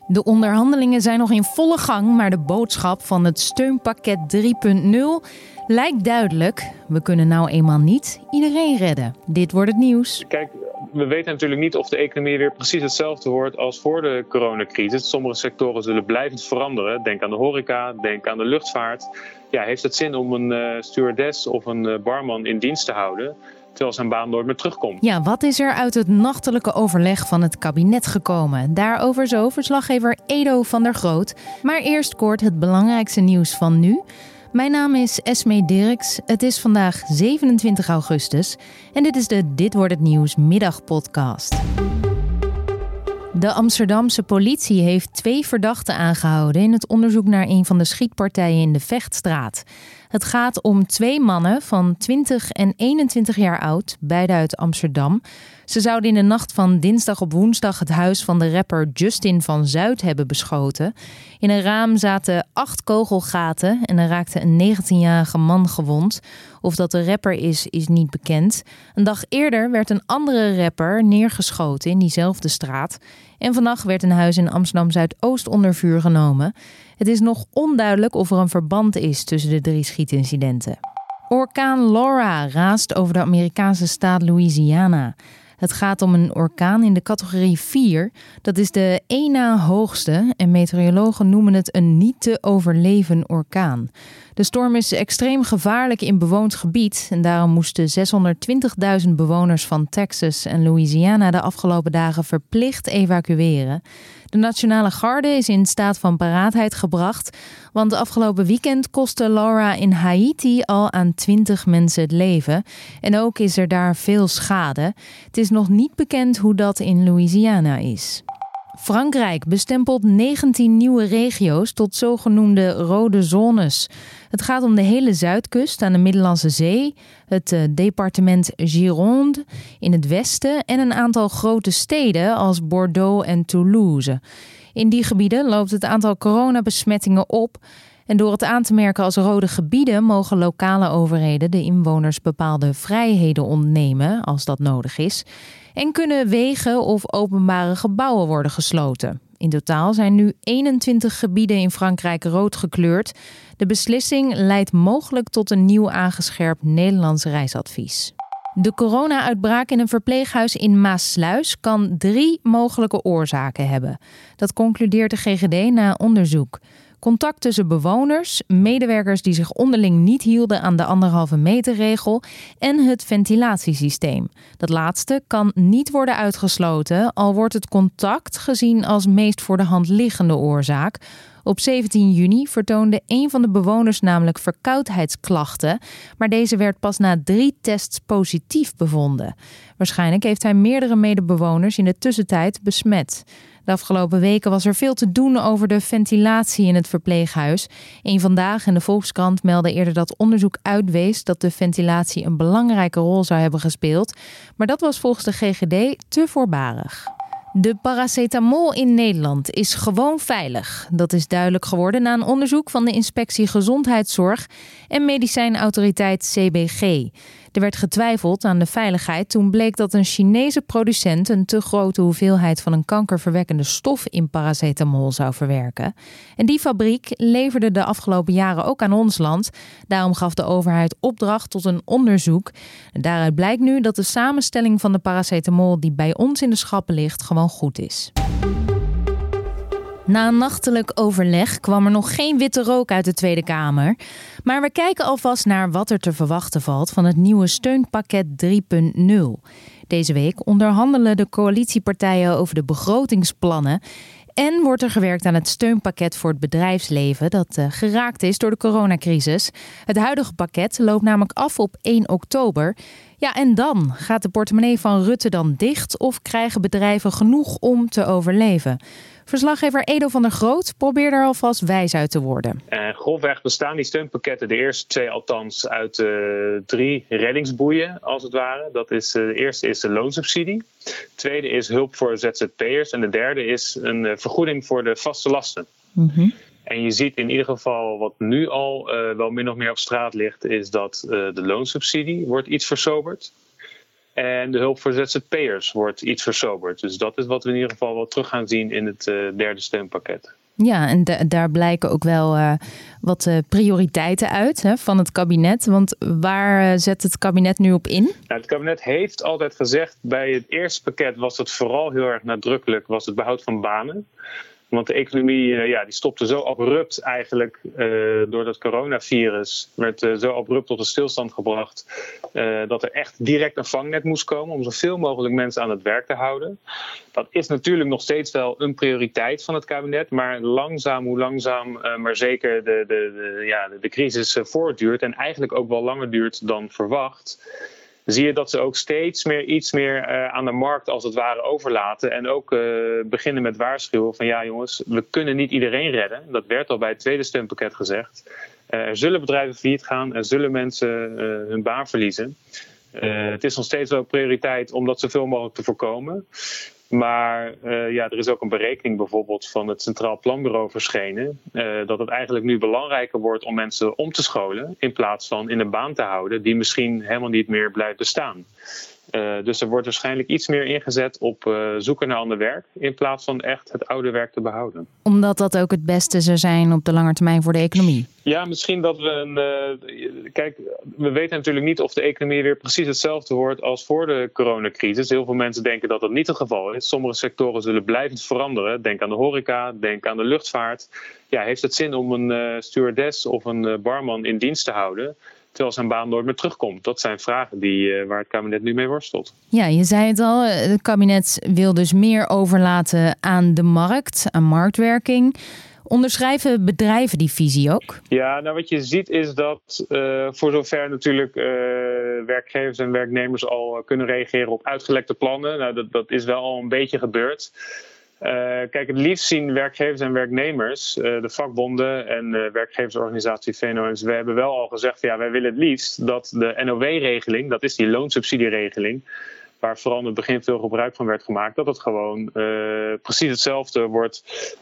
De onderhandelingen zijn nog in volle gang, maar de boodschap van het steunpakket 3.0 lijkt duidelijk. We kunnen nou eenmaal niet iedereen redden. Dit wordt het nieuws. Kijk, we weten natuurlijk niet of de economie weer precies hetzelfde wordt als voor de coronacrisis. Sommige sectoren zullen blijvend veranderen. Denk aan de horeca, denk aan de luchtvaart. Ja, heeft het zin om een stewardess of een barman in dienst te houden, terwijl zijn baan nooit meer terugkomt? Ja, wat is er uit het nachtelijke overleg van het kabinet gekomen? Daarover zo verslaggever Edo van der Groot. Maar eerst kort het belangrijkste nieuws van nu. Mijn naam is Esmee Dirks. Het is vandaag 27 augustus en dit is de Dit wordt het nieuws middagpodcast. De Amsterdamse politie heeft 2 verdachten aangehouden in het onderzoek naar een van de schietpartijen in de Vechtstraat. Het gaat om 2 mannen van 20 en 21 jaar oud, beide uit Amsterdam. Ze zouden in de nacht van dinsdag op woensdag het huis van de rapper Justin van Zuid hebben beschoten. In een raam zaten 8 kogelgaten en er raakte een 19-jarige man gewond. Of dat de rapper is niet bekend. Een dag eerder werd een andere rapper neergeschoten in diezelfde straat. En vannacht werd een huis in Amsterdam-Zuidoost onder vuur genomen. Het is nog onduidelijk of er een verband is tussen de 3 schietincidenten. Orkaan Laura raast over de Amerikaanse staat Louisiana. Het gaat om een orkaan in de categorie 4. Dat is de 1 na hoogste en meteorologen noemen het een niet te overleven orkaan. De storm is extreem gevaarlijk in bewoond gebied en daarom moesten 620.000 bewoners van Texas en Louisiana de afgelopen dagen verplicht evacueren. De Nationale Garde is in staat van paraatheid gebracht, want afgelopen weekend kostte Laura in Haiti al aan 20 mensen het leven. En ook is er daar veel schade. Het is nog niet bekend hoe dat in Louisiana is. Frankrijk bestempelt 19 nieuwe regio's tot zogenoemde rode zones. Het gaat om de hele zuidkust aan de Middellandse Zee, het departement Gironde in het westen en een aantal grote steden als Bordeaux en Toulouse. In die gebieden loopt het aantal coronabesmettingen op. En door het aan te merken als rode gebieden mogen lokale overheden de inwoners bepaalde vrijheden ontnemen als dat nodig is. En kunnen wegen of openbare gebouwen worden gesloten. In totaal zijn nu 21 gebieden in Frankrijk rood gekleurd. De beslissing leidt mogelijk tot een nieuw aangescherpt Nederlands reisadvies. De corona-uitbraak in een verpleeghuis in Maassluis kan 3 mogelijke oorzaken hebben. Dat concludeert de GGD na onderzoek. Contact tussen bewoners, medewerkers die zich onderling niet hielden aan de 1,5 meter regel en het ventilatiesysteem. Dat laatste kan niet worden uitgesloten, al wordt het contact gezien als meest voor de hand liggende oorzaak. Op 17 juni vertoonde een van de bewoners namelijk verkoudheidsklachten, maar deze werd pas na 3 tests positief bevonden. Waarschijnlijk heeft hij meerdere medebewoners in de tussentijd besmet. De afgelopen weken was er veel te doen over de ventilatie in het verpleeghuis. Eén Vandaag en de Volkskrant meldde eerder dat onderzoek uitwees dat de ventilatie een belangrijke rol zou hebben gespeeld. Maar dat was volgens de GGD te voorbarig. De paracetamol in Nederland is gewoon veilig. Dat is duidelijk geworden na een onderzoek van de Inspectie Gezondheidszorg en medicijnautoriteit CBG. Er werd getwijfeld aan de veiligheid toen bleek dat een Chinese producent een te grote hoeveelheid van een kankerverwekkende stof in paracetamol zou verwerken. En die fabriek leverde de afgelopen jaren ook aan ons land. Daarom gaf de overheid opdracht tot een onderzoek. En daaruit blijkt nu dat de samenstelling van de paracetamol die bij ons in de schappen ligt gewoon goed is. Na een nachtelijk overleg kwam er nog geen witte rook uit de Tweede Kamer. Maar we kijken alvast naar wat er te verwachten valt van het nieuwe steunpakket 3.0. Deze week onderhandelen de coalitiepartijen over de begrotingsplannen. En wordt er gewerkt aan het steunpakket voor het bedrijfsleven dat geraakt is door de coronacrisis. Het huidige pakket loopt namelijk af op 1 oktober. Ja, en dan gaat de portemonnee van Rutte dan dicht of krijgen bedrijven genoeg om te overleven? Verslaggever Edo van der Groot probeert er alvast wijs uit te worden. Grofweg bestaan die steunpakketten, de eerste 2 althans, uit 3 reddingsboeien als het ware. De eerste is de loonsubsidie. De tweede is hulp voor ZZP'ers. En de derde is een vergoeding voor de vaste lasten. Mm-hmm. En je ziet in ieder geval wat nu al wel min of meer op straat ligt, is dat de loonsubsidie wordt iets versoberd. En de hulp voor ZZP'ers wordt iets versoberd. Dus dat is wat we in ieder geval wel terug gaan zien in het derde steunpakket. Ja, en daar blijken ook wel wat prioriteiten uit van het kabinet. Want waar zet het kabinet nu op in? Nou, het kabinet heeft altijd gezegd, bij het eerste pakket was het vooral heel erg nadrukkelijk, was het behoud van banen. Want de economie die stopte zo abrupt eigenlijk door dat coronavirus. Werd zo abrupt tot een stilstand gebracht dat er echt direct een vangnet moest komen om zoveel mogelijk mensen aan het werk te houden. Dat is natuurlijk nog steeds wel een prioriteit van het kabinet. Maar hoe langzaam maar zeker de crisis voortduurt en eigenlijk ook wel langer duurt dan verwacht, zie je dat ze ook steeds iets meer aan de markt als het ware overlaten. En ook beginnen met waarschuwen van ja jongens, we kunnen niet iedereen redden. Dat werd al bij het tweede steunpakket gezegd. Er zullen bedrijven failliet gaan, er zullen mensen hun baan verliezen. Het is nog steeds wel prioriteit om dat zoveel mogelijk te voorkomen. Maar er is ook een berekening bijvoorbeeld van het Centraal Planbureau verschenen. Dat het eigenlijk nu belangrijker wordt om mensen om te scholen in plaats van in een baan te houden die misschien helemaal niet meer blijft bestaan. Dus er wordt waarschijnlijk iets meer ingezet op zoeken naar ander werk in plaats van echt het oude werk te behouden. Omdat dat ook het beste zou zijn op de lange termijn voor de economie? Ja, misschien dat we kijk, we weten natuurlijk niet of de economie weer precies hetzelfde wordt als voor de coronacrisis. Heel veel mensen denken dat dat niet het geval is. Sommige sectoren zullen blijvend veranderen. Denk aan de horeca, denk aan de luchtvaart. Ja, heeft het zin om een stewardess of een barman in dienst te houden terwijl zijn baan nooit meer terugkomt? Dat zijn vragen waar het kabinet nu mee worstelt. Ja, je zei het al, het kabinet wil dus meer overlaten aan de markt, aan marktwerking. Onderschrijven bedrijven die visie ook? Ja, nou wat je ziet is dat voor zover natuurlijk werkgevers en werknemers al kunnen reageren op uitgelekte plannen. Nou, dat is wel al een beetje gebeurd. Kijk, het liefst zien werkgevers en werknemers, de vakbonden en de werkgeversorganisatie VNO-NCW hebben wel al gezegd van ja, wij willen het liefst dat de NOW-regeling, dat is die loonsubsidieregeling, waar vooral in het begin veel gebruik van werd gemaakt, dat het gewoon precies hetzelfde wordt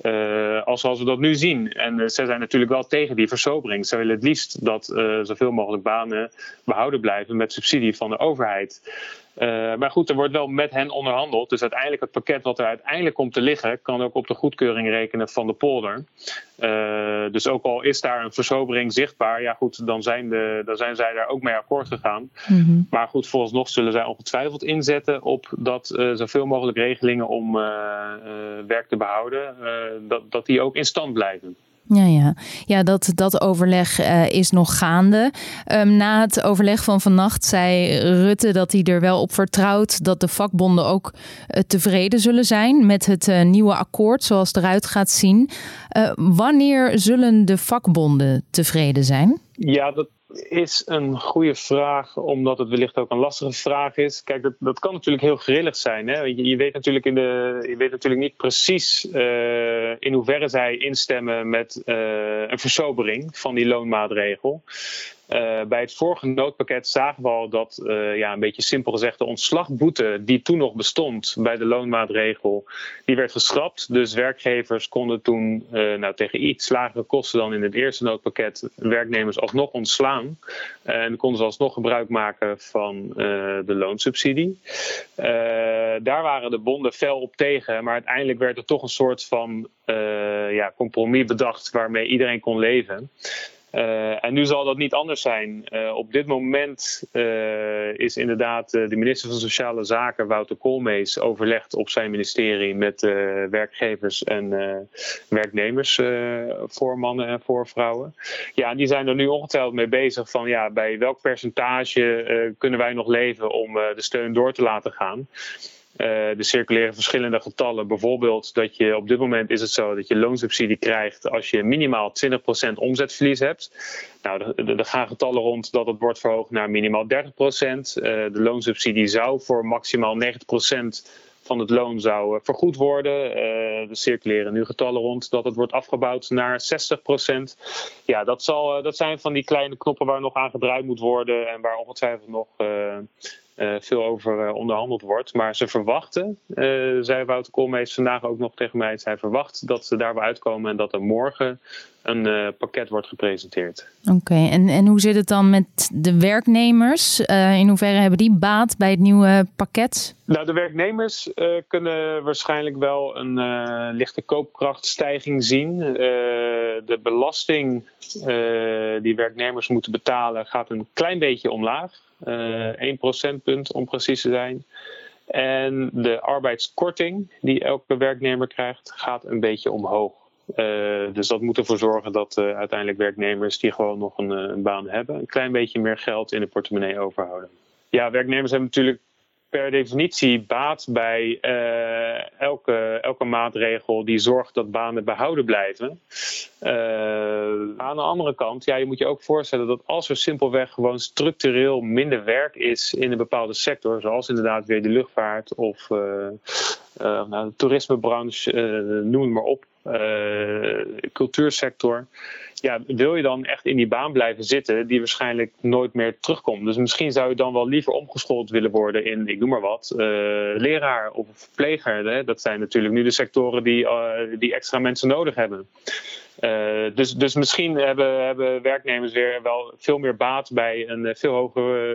als we dat nu zien. En zij zijn natuurlijk wel tegen die versobering. Ze willen het liefst dat zoveel mogelijk banen behouden blijven met subsidie van de overheid. Maar goed, er wordt wel met hen onderhandeld. Dus uiteindelijk het pakket wat er uiteindelijk komt te liggen kan ook op de goedkeuring rekenen van de polder. Dus ook al is daar een versobering zichtbaar, ja goed, dan zijn zij daar ook mee akkoord gegaan. Mm-hmm. Maar goed, vooralsnog zullen zij ongetwijfeld inzetten op dat zoveel mogelijk regelingen om werk te behouden, dat die ook in stand blijven. Ja, dat overleg is nog gaande. Na het overleg van vannacht zei Rutte dat hij er wel op vertrouwt dat de vakbonden ook tevreden zullen zijn met het nieuwe akkoord zoals het eruit gaat zien. Wanneer zullen de vakbonden tevreden zijn? Ja, dat is een goede vraag, omdat het wellicht ook een lastige vraag is. Kijk, dat kan natuurlijk heel grillig zijn. Hè? Je weet natuurlijk niet precies in hoeverre zij instemmen met een versobering van die loonmaatregel. Bij het vorige noodpakket zagen we al dat, een beetje simpel gezegd, de ontslagboete die toen nog bestond bij de loonmaatregel, die werd geschrapt. Dus werkgevers konden toen tegen iets lagere kosten dan in het eerste noodpakket werknemers alsnog ontslaan. En konden ze alsnog gebruik maken van de loonsubsidie. Daar waren de bonden fel op tegen, maar uiteindelijk werd er toch een soort van compromis bedacht waarmee iedereen kon leven. En nu zal dat niet anders zijn. Op dit moment is inderdaad de minister van Sociale Zaken, Wouter Koolmees, overlegd op zijn ministerie met werkgevers en werknemers voor mannen en voor vrouwen. Ja, en die zijn er nu ongetwijfeld mee bezig van bij welk percentage kunnen wij nog leven om de steun door te laten gaan. Er circuleren verschillende getallen. Bijvoorbeeld dat je op dit moment is het zo dat je loonsubsidie krijgt als je minimaal 20% omzetverlies hebt. Nou, er gaan getallen rond dat het wordt verhoogd naar minimaal 30%. De loonsubsidie zou voor maximaal 90% van het loon zou vergoed worden. Er circuleren nu getallen rond dat het wordt afgebouwd naar 60%. Ja, dat zijn van die kleine knoppen waar nog aan gedraaid moet worden en waar ongetwijfeld nog veel over onderhandeld wordt. Maar ze verwachten, zei Wouter Koolmees vandaag ook nog tegen mij, zij verwacht dat ze daar wel uitkomen en dat er morgen een pakket wordt gepresenteerd. Oké, en hoe zit het dan met de werknemers? In hoeverre hebben die baat bij het nieuwe pakket? Nou, de werknemers kunnen waarschijnlijk wel een lichte koopkrachtstijging zien. De belasting die werknemers moeten betalen gaat een klein beetje omlaag. 1 procentpunt om precies te zijn. En de arbeidskorting die elke werknemer krijgt gaat een beetje omhoog. Dus dat moet ervoor zorgen dat uiteindelijk werknemers die gewoon nog een baan hebben een klein beetje meer geld in de portemonnee overhouden. Ja, werknemers hebben natuurlijk per definitie baat bij elke maatregel die zorgt dat banen behouden blijven. Aan de andere kant, je moet je ook voorstellen dat als er simpelweg gewoon structureel minder werk is in een bepaalde sector, zoals inderdaad weer de luchtvaart of de toerismebranche, noem het maar op, cultuursector. Ja, wil je dan echt in die baan blijven zitten die waarschijnlijk nooit meer terugkomt. Dus misschien zou je dan wel liever omgeschoold willen worden in, ik noem maar wat, leraar of verpleger. Hè? Dat zijn natuurlijk nu de sectoren die extra mensen nodig hebben. Dus misschien hebben werknemers weer wel veel meer baat bij een veel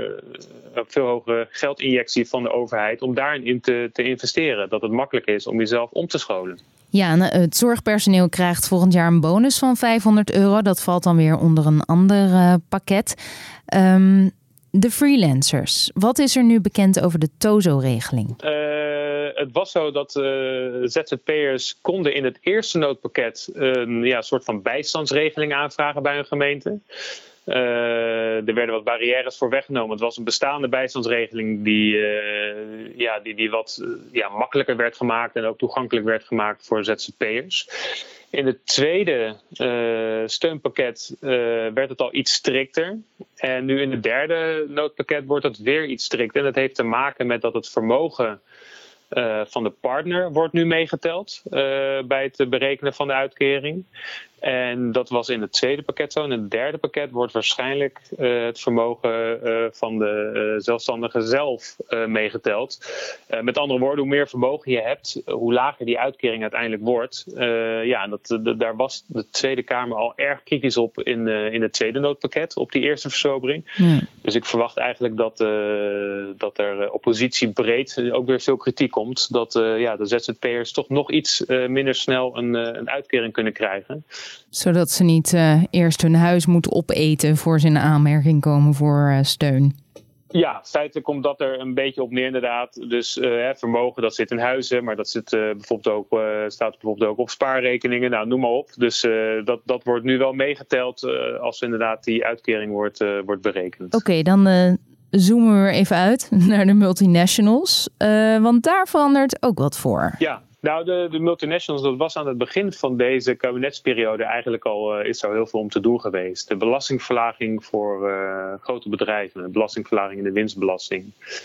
hogere geldinjectie van de overheid om daarin te investeren. Dat het makkelijk is om jezelf om te scholen. Ja, het zorgpersoneel krijgt volgend jaar een bonus van €500. Dat valt dan weer onder een ander pakket. De freelancers. Wat is er nu bekend over de TOZO-regeling? Het was zo dat ZZP'ers konden in het eerste noodpakket een soort van bijstandsregeling aanvragen bij een gemeente. Er werden wat barrières voor weggenomen. Het was een bestaande bijstandsregeling die wat makkelijker werd gemaakt en ook toegankelijk werd gemaakt voor ZZP'ers. In het tweede steunpakket werd het al iets strikter. En nu in het derde noodpakket wordt het weer iets strikter. En dat heeft te maken met dat het vermogen van de partner wordt nu meegeteld bij het berekenen van de uitkering. En dat was in het tweede pakket zo. In het derde pakket wordt waarschijnlijk het vermogen van de zelfstandige zelf meegeteld. Met andere woorden, hoe meer vermogen je hebt, hoe lager die uitkering uiteindelijk wordt. Daar was de Tweede Kamer al erg kritisch op in het tweede noodpakket, op die eerste versobering. Ja. Dus ik verwacht eigenlijk dat er oppositie breed ook weer veel kritiek komt. Dat de ZZP'ers toch nog iets minder snel een uitkering kunnen krijgen. Zodat ze niet eerst hun huis moeten opeten voor ze in aanmerking komen voor steun. Ja, feitelijk komt dat er een beetje op neer inderdaad. Dus vermogen, dat zit in huizen, maar dat zit staat bijvoorbeeld ook op spaarrekeningen. Nou, noem maar op. Dus dat wordt nu wel meegeteld als inderdaad die uitkering wordt berekend. Oké, dan zoomen we weer even uit naar de multinationals. Want daar verandert ook wat voor. Ja. Nou, de multinationals, dat was aan het begin van deze kabinetsperiode eigenlijk al, is er heel veel om te doen geweest. De belastingverlaging voor grote bedrijven, de belastingverlaging in de winstbelasting.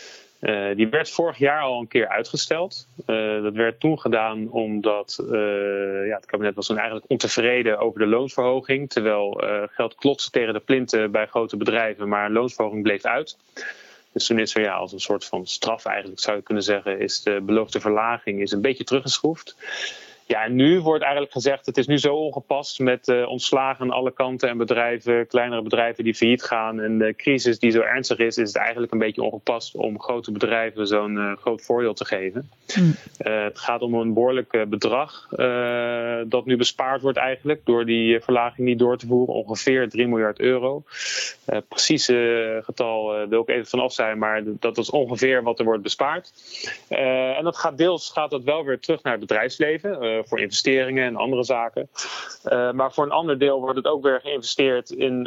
Die werd vorig jaar al een keer uitgesteld. Dat werd toen gedaan omdat het kabinet was toen eigenlijk ontevreden over de loonsverhoging. Terwijl geld klotste tegen de plinten bij grote bedrijven, maar een loonsverhoging bleef uit. Dus toen is er als een soort van straf eigenlijk, zou je kunnen zeggen, is de beloofde verlaging een beetje teruggeschroefd. Ja, en nu wordt eigenlijk gezegd, het is nu zo ongepast met ontslagen aan alle kanten en bedrijven, kleinere bedrijven die failliet gaan. En de crisis die zo ernstig is het eigenlijk een beetje ongepast om grote bedrijven zo'n groot voordeel te geven. Het gaat om een behoorlijk bedrag dat nu bespaard wordt eigenlijk door die verlaging niet door te voeren. Ongeveer €3 miljard. Precieze getal wil ik even vanaf zijn, maar dat is ongeveer wat er wordt bespaard. En dat gaat dat wel weer terug naar het bedrijfsleven. Voor investeringen en andere zaken. Maar voor een ander deel wordt het ook weer geïnvesteerd in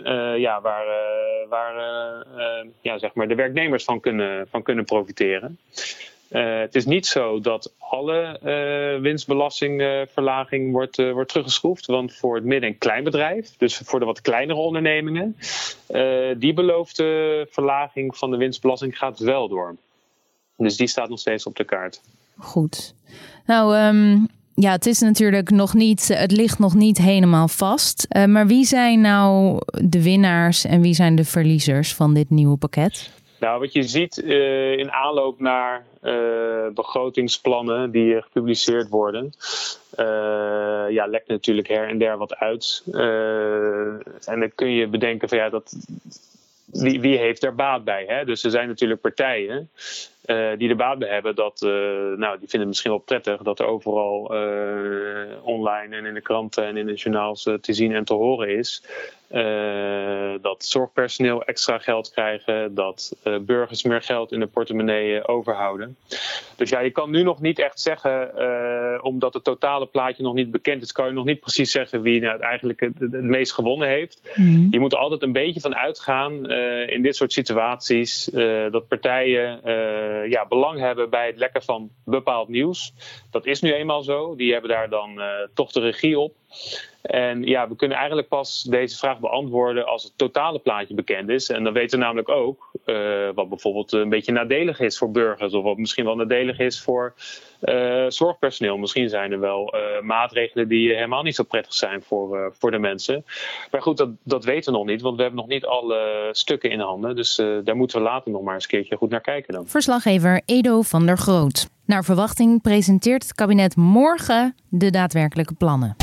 waar zeg maar de werknemers van kunnen profiteren. Het is niet zo dat alle winstbelastingverlaging wordt teruggeschroefd. Want voor het midden- en kleinbedrijf, dus voor de wat kleinere ondernemingen, die beloofde verlaging van de winstbelasting gaat wel door. Dus die staat nog steeds op de kaart. Goed. Nou, het is natuurlijk het ligt nog niet helemaal vast. Maar wie zijn nou de winnaars en wie zijn de verliezers van dit nieuwe pakket? Nou, wat je ziet in aanloop naar begrotingsplannen die gepubliceerd worden, lekt natuurlijk her en der wat uit. En dan kun je bedenken van wie heeft er baat bij? Hè? Dus er zijn natuurlijk partijen die er baat bij hebben die vinden het misschien wel prettig dat er overal online en in de kranten en in de journaals te zien en te horen is. Dat zorgpersoneel extra geld krijgen, dat burgers meer geld in de portemonnee overhouden. Dus je kan nu nog niet echt zeggen, omdat het totale plaatje nog niet bekend is, kan je nog niet precies zeggen wie eigenlijk het meest gewonnen heeft. Mm-hmm. Je moet er altijd een beetje van uitgaan in dit soort situaties dat partijen belang hebben bij het lekken van bepaald nieuws. Dat is nu eenmaal zo. Die hebben daar dan toch de regie op. En we kunnen eigenlijk pas deze vraag beantwoorden als het totale plaatje bekend is. En dan weten we namelijk ook wat bijvoorbeeld een beetje nadelig is voor burgers. Of wat misschien wel nadelig is voor zorgpersoneel. Misschien zijn er wel maatregelen die helemaal niet zo prettig zijn voor de mensen. Maar goed, dat weten we nog niet. Want we hebben nog niet alle stukken in handen. Dus daar moeten we later nog maar eens een keertje goed naar kijken dan. Verslaggever Edo van der Groot. Naar verwachting presenteert het kabinet morgen de daadwerkelijke plannen.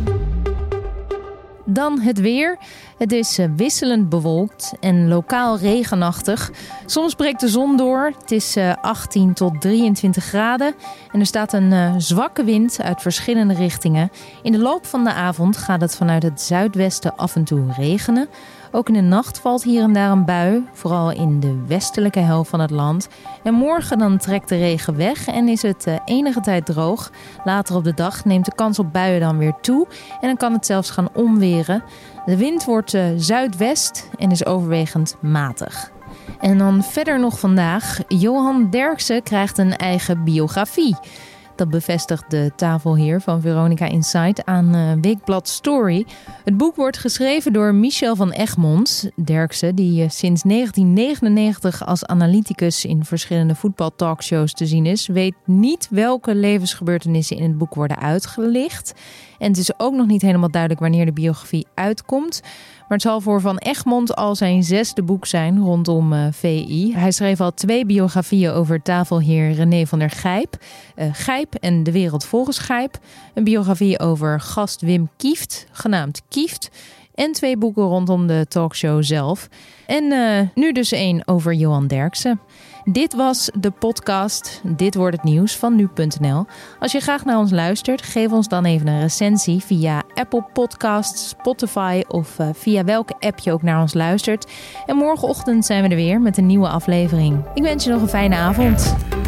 Dan het weer. Het is wisselend bewolkt en lokaal regenachtig. Soms breekt de zon door. Het is 18 tot 23 graden. En er staat een zwakke wind uit verschillende richtingen. In de loop van de avond gaat het vanuit het zuidwesten af en toe regenen. Ook in de nacht valt hier en daar een bui, vooral in de westelijke helft van het land. En morgen dan trekt de regen weg en is het enige tijd droog. Later op de dag neemt de kans op buien dan weer toe en dan kan het zelfs gaan onweren. De wind wordt zuidwest en is overwegend matig. En dan verder nog vandaag, Johan Derksen krijgt een eigen biografie. Dat bevestigt de tafelheer van Veronica Inside aan Weekblad Story. Het boek wordt geschreven door Michel van Egmond. Derksen, die sinds 1999 als analyticus in verschillende voetbaltalkshows te zien is, weet niet welke levensgebeurtenissen in het boek worden uitgelicht. En het is ook nog niet helemaal duidelijk wanneer de biografie uitkomt. Maar het zal voor Van Egmond al zijn 6e boek zijn rondom VI. Hij schreef al 2 biografieën over tafelheer René van der Gijp. Gijp en de wereld volgens Gijp. Een biografie over gast Wim Kieft, genaamd Kieft. En 2 boeken rondom de talkshow zelf. En nu dus 1 over Johan Derksen. Dit was de podcast Dit wordt het nieuws van nu.nl. Als je graag naar ons luistert, geef ons dan even een recensie via Apple Podcasts, Spotify of via welke app je ook naar ons luistert. En morgenochtend zijn we er weer met een nieuwe aflevering. Ik wens je nog een fijne avond.